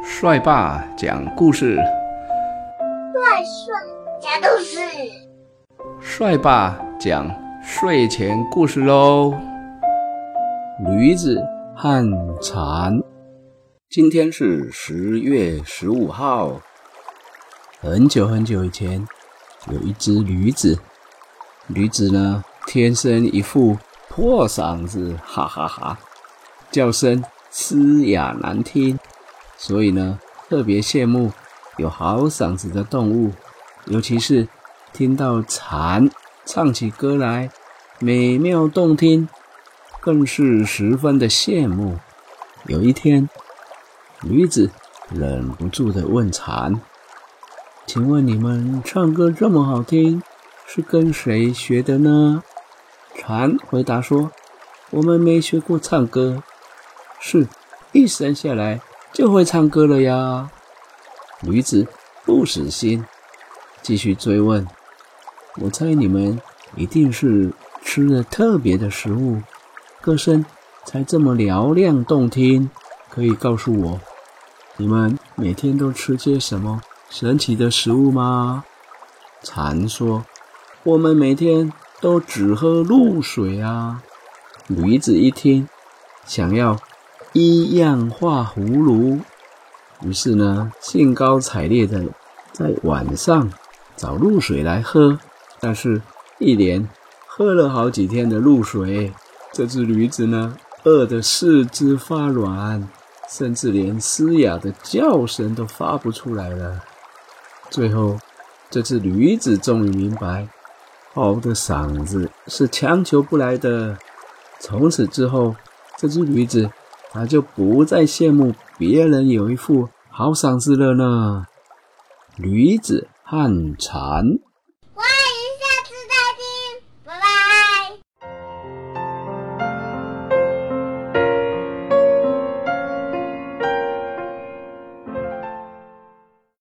帅爸讲故事， 讲故事， 帅爸讲睡前故事咯。驴子和蝉。今天是10月15号。很久很久以前，有一只驴子。驴子呢，天生一副破嗓子，哈哈哈，叫声嘶哑难听，所以呢，特别羡慕有好嗓子的动物，尤其是听到蝉唱起歌来美妙动听，更是十分的羡慕。有一天，驴子忍不住地问蝉：请问你们唱歌这么好听，是跟谁学的呢？蝉回答说：我们没学过唱歌，是一生下来就会唱歌了呀。驴子不死心，继续追问：我猜你们一定是吃了特别的食物，歌声才这么嘹亮动听，可以告诉我，你们每天都吃些什么神奇的食物吗？蝉说：我们每天都只喝露水啊。驴子一听，想要一样画葫芦，于是呢，兴高采烈的在晚上找露水来喝。但是一连喝了好几天的露水，这只驴子呢，饿得四肢发软，甚至连嘶哑的叫声都发不出来了。最后，这只驴子终于明白，好的嗓子是强求不来的。从此之后，这只驴子它就不再羡慕别人有一副好嗓子了呢。驴子和蝉。